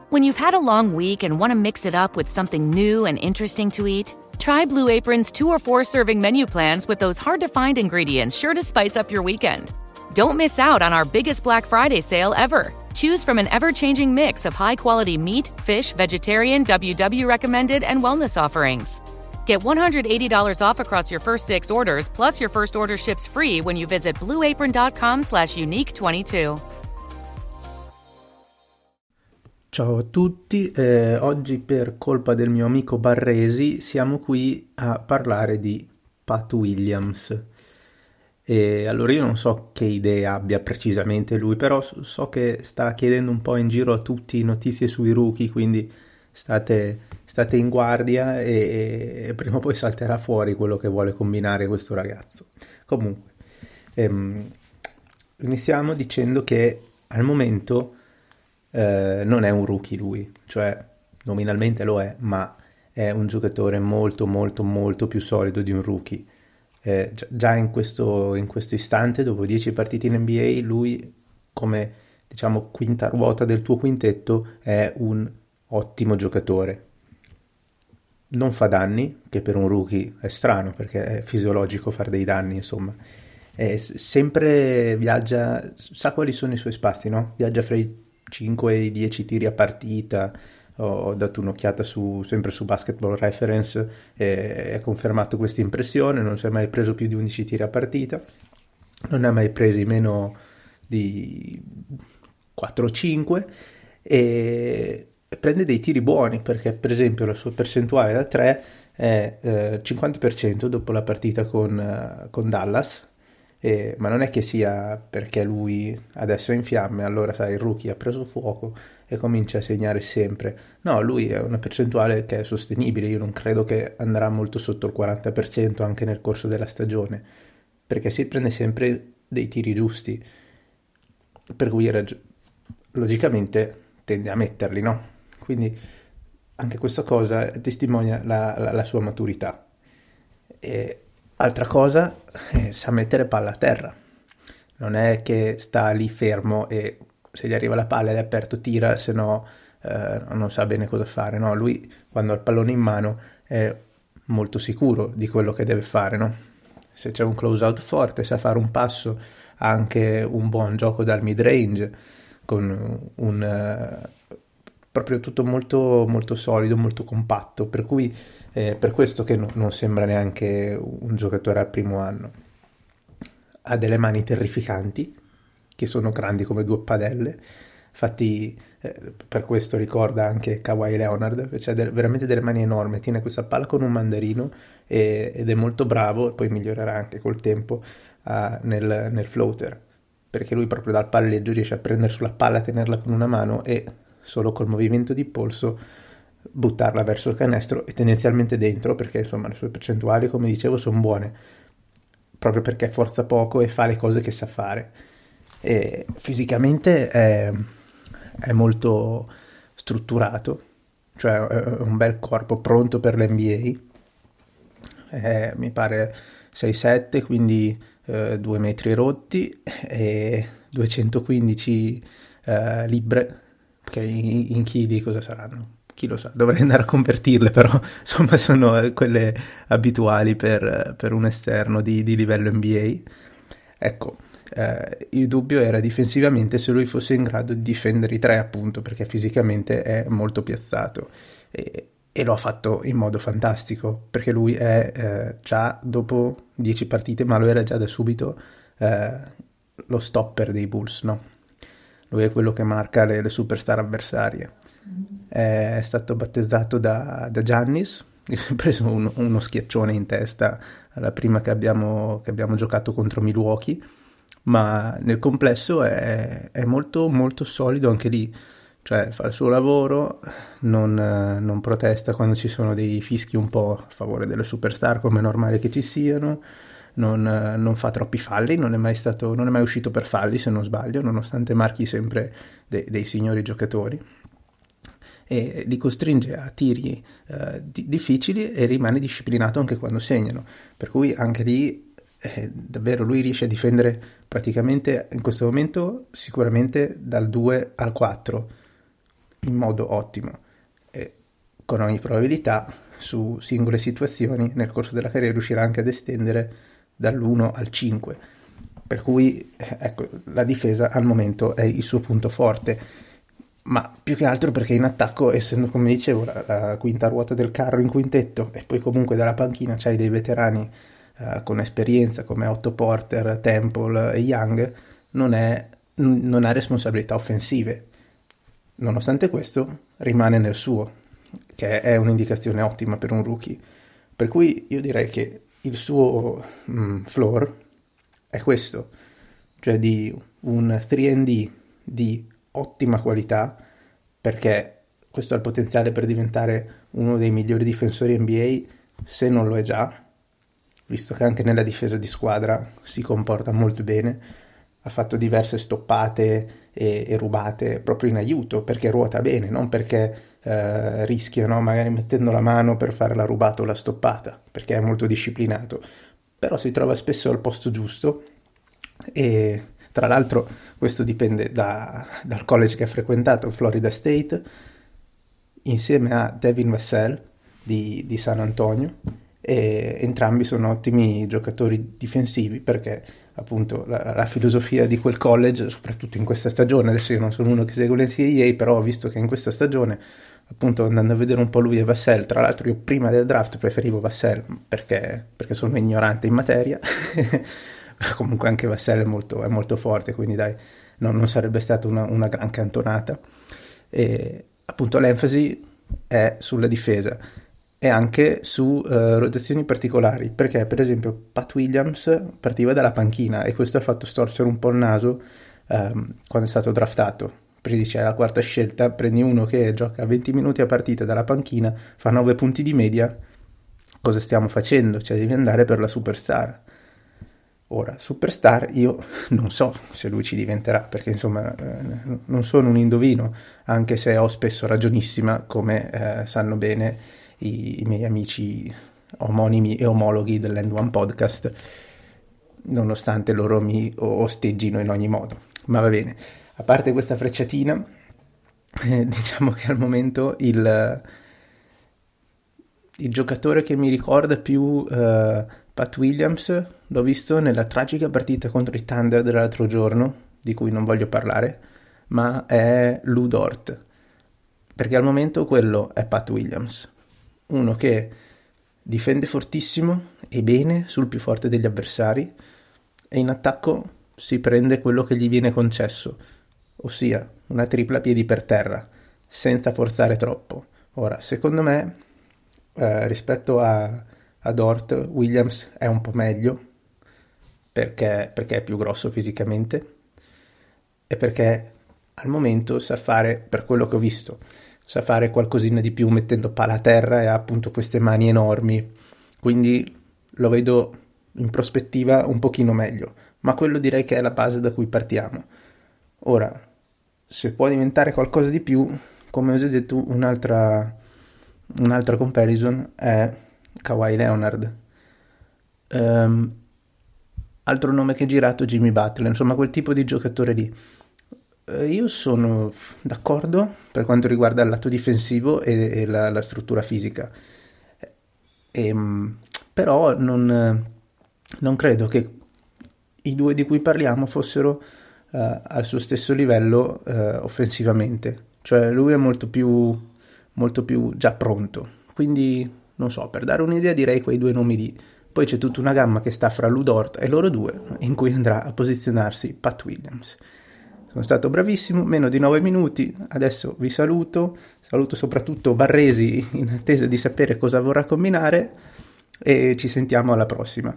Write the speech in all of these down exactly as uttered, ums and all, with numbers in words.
When you've had a long week and want to mix it up with something new and interesting to eat, try Blue Apron's two or four serving menu plans with those hard-to-find ingredients sure to spice up your weekend. Don't miss out on our biggest Black Friday sale ever. Choose from an ever-changing mix of high-quality meat, fish, vegetarian, W W recommended, and wellness offerings. Get one hundred eighty dollars off across your first six orders, plus your first order ships free when you visit blueapron.com slash unique 22. Ciao a tutti, eh, oggi per colpa del mio amico Barresi siamo qui a parlare di Pat Williams. E allora io non so che idee abbia precisamente lui, però so che sta chiedendo un po' in giro a tutti notizie sui rookie, quindi state, state in guardia e, e prima o poi salterà fuori quello che vuole combinare questo ragazzo. Comunque, ehm, iniziamo dicendo che al momento eh, non è un rookie lui, cioè nominalmente lo è, ma è un giocatore molto molto molto più solido di un rookie. Eh, già in questo, in questo istante, dopo dieci partite in N B A, lui come diciamo quinta ruota del tuo quintetto è un ottimo giocatore. Non fa danni, che per un rookie è strano perché è fisiologico fare dei danni, insomma. È sempre viaggia, sa quali sono i suoi spazi, no? Viaggia fra i cinque e i dieci tiri a partita. Ho dato un'occhiata su, sempre su Basketball Reference e ha confermato questa impressione. Non si è mai preso più di undici tiri a partita, non ne ha mai presi meno di quattro o cinque e prende dei tiri buoni, perché per esempio la sua percentuale da tre è eh, cinquanta per cento dopo la partita con, uh, con Dallas. Eh, ma non è che sia perché lui adesso è in fiamme, allora sai, il rookie ha preso fuoco e comincia a segnare sempre. No, lui è una percentuale che è sostenibile. Io non credo che andrà molto sotto il quaranta per cento anche nel corso della stagione, perché si prende sempre dei tiri giusti, per cui rag- logicamente tende a metterli, no? Quindi anche questa cosa testimonia la, la, la sua maturità. E altra cosa, eh, sa mettere palla a terra, non è che sta lì fermo e se gli arriva la palla ed è aperto tira, se no eh, non sa bene cosa fare, no? Lui quando ha il pallone in mano è molto sicuro di quello che deve fare, no? Se c'è un close out forte, sa fare un passo, ha anche un buon gioco dal mid range, con un uh, proprio tutto molto, molto solido, molto compatto, per cui è per questo che no, non sembra neanche un giocatore al primo anno. Ha delle mani terrificanti, che sono grandi come due padelle, infatti eh, per questo ricorda anche Kawhi Leonard, che ha de- veramente delle mani enormi, tiene questa palla con un mandarino e- ed è molto bravo, e poi migliorerà anche col tempo uh, nel, nel floater, perché lui proprio dal palleggio riesce a prendere sulla palla, tenerla con una mano e solo col movimento di polso buttarla verso il canestro e tendenzialmente dentro, perché insomma le sue percentuali, come dicevo, sono buone proprio perché forza poco e fa le cose che sa fare. E fisicamente è, è molto strutturato, cioè è un bel corpo pronto per l'N B A. È, mi pare sei sette, quindi eh, due metri rotti e duecentoquindici eh, libbre, che in, in chili cosa saranno? Chi lo sa, dovrei andare a convertirle, però insomma sono quelle abituali per, per un esterno di, di livello N B A. Ecco, eh, il dubbio era difensivamente se lui fosse in grado di difendere i tre, appunto, perché fisicamente è molto piazzato e, e lo ha fatto in modo fantastico, perché lui è eh, già dopo dieci partite, ma lo era già da subito, eh, lo stopper dei Bulls, no? Lui è quello che marca le, le superstar avversarie. È stato battezzato da, da Giannis, ha preso un, uno schiaccione in testa alla prima che abbiamo, che abbiamo giocato contro Milwaukee, ma nel complesso è, è molto molto solido anche lì, cioè fa il suo lavoro, non, non protesta quando ci sono dei fischi un po' a favore delle superstar, come è normale che ci siano, non, non fa troppi falli, non è mai stato, non è mai uscito per falli se non sbaglio, nonostante marchi sempre de, dei signori giocatori, e li costringe a tiri eh, di- difficili e rimane disciplinato anche quando segnano, per cui anche lì eh, davvero lui riesce a difendere praticamente in questo momento sicuramente dal due al quattro, in modo ottimo e con ogni probabilità su singole situazioni nel corso della carriera riuscirà anche ad estendere dall'uno al cinque, per cui ecco, la difesa al momento è il suo punto forte, ma più che altro perché in attacco, essendo come dicevo la, la quinta ruota del carro in quintetto e poi comunque dalla panchina c'hai dei veterani uh, con esperienza come Otto Porter, Temple e Young, non, è, non ha responsabilità offensive. Nonostante questo rimane nel suo, che è un'indicazione ottima per un rookie, per cui io direi che il suo mm, floor è questo, cioè di un tre and D di ottima qualità, perché questo ha il potenziale per diventare uno dei migliori difensori N B A, se non lo è già, visto che anche nella difesa di squadra si comporta molto bene, ha fatto diverse stoppate e, e rubate proprio in aiuto, perché ruota bene, non perché eh, rischia, no? Magari mettendo la mano per fare la rubata o la stoppata, perché è molto disciplinato, però si trova spesso al posto giusto. E tra l'altro questo dipende da, dal college che ha frequentato, Florida State, insieme a Devin Vassell di, di San Antonio, e entrambi sono ottimi giocatori difensivi, perché appunto la, la filosofia di quel college, soprattutto in questa stagione, adesso io non sono uno che segue l'N C A A, però ho visto che in questa stagione, appunto andando a vedere un po' lui e Vassell, tra l'altro io prima del draft preferivo Vassell perché, perché sono ignorante in materia, comunque anche Vassell è molto, è molto forte, quindi dai, no, non sarebbe stata una, una gran cantonata. E appunto l'enfasi è sulla difesa e anche su uh, rotazioni particolari, perché per esempio Pat Williams partiva dalla panchina e questo ha fatto storcere un po' il naso um, quando è stato draftato, perché dice la quarta scelta, prendi uno che gioca venti minuti a partita dalla panchina, fa nove punti di media, cosa stiamo facendo? Cioè devi andare per la superstar. Ora, superstar io non so se lui ci diventerà, perché insomma eh, non sono un indovino, anche se ho spesso ragionissima, come eh, sanno bene i, i miei amici omonimi e omologhi dell'End One Podcast, nonostante loro mi osteggino in ogni modo. Ma va bene, a parte questa frecciatina, eh, diciamo che al momento il, il giocatore che mi ricorda più eh, Pat Williams l'ho visto nella tragica partita contro i Thunder dell'altro giorno, di cui non voglio parlare, ma è Lu Dort, perché al momento quello è Pat Williams, uno che difende fortissimo e bene sul più forte degli avversari e in attacco si prende quello che gli viene concesso, ossia una tripla piedi per terra, senza forzare troppo. Ora, secondo me, eh, rispetto a, a Dort, Williams è un po' meglio, perché, perché è più grosso fisicamente e perché al momento sa fare, per quello che ho visto, sa fare qualcosina di più mettendo pala a terra e ha appunto queste mani enormi, quindi lo vedo in prospettiva un pochino meglio, ma quello direi che è la base da cui partiamo. Ora, se può diventare qualcosa di più, come ho già detto, un'altra, un'altra comparison è Kawhi Leonard. Um, altro nome che è girato, Jimmy Butler, insomma quel tipo di giocatore lì. Io sono d'accordo per quanto riguarda il lato difensivo e, e la, la struttura fisica, e, però non, non credo che i due di cui parliamo fossero uh, al suo stesso livello uh, offensivamente, cioè lui è molto più, molto più già pronto, quindi non so, per dare un'idea direi quei due nomi lì. Poi c'è tutta una gamma che sta fra Lu Dort e loro due, in cui andrà a posizionarsi Pat Williams. Sono stato bravissimo, meno di nove minuti, adesso vi saluto, saluto soprattutto Barresi in attesa di sapere cosa vorrà combinare e ci sentiamo alla prossima.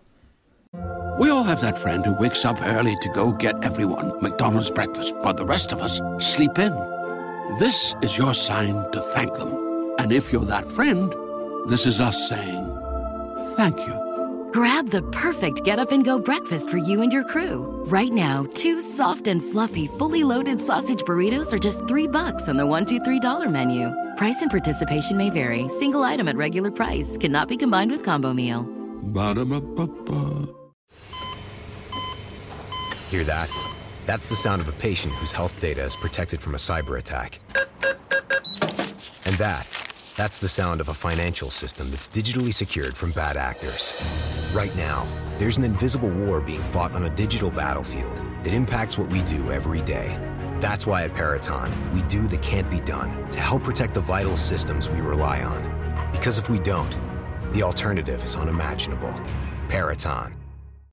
We all have that friend who wakes up early to go get everyone McDonald's breakfast while the rest of us sleep in. This is your sign to thank them. And if you're that friend, this is us saying thank you. Grab the perfect get-up-and-go breakfast for you and your crew. Right now, two soft and fluffy, fully loaded sausage burritos are just three bucks on the one, two, three dollar menu. Price and participation may vary. Single item at regular price. Cannot be combined with combo meal. Ba-da-ba-ba-ba. Hear that? That's the sound of a patient whose health data is protected from a cyber attack. And that, that's the sound of a financial system that's digitally secured from bad actors. Right now, there's an invisible war being fought on a digital battlefield that impacts what we do every day. That's why at Peraton, we do the can't be done to help protect the vital systems we rely on. Because if we don't, the alternative is unimaginable. Peraton.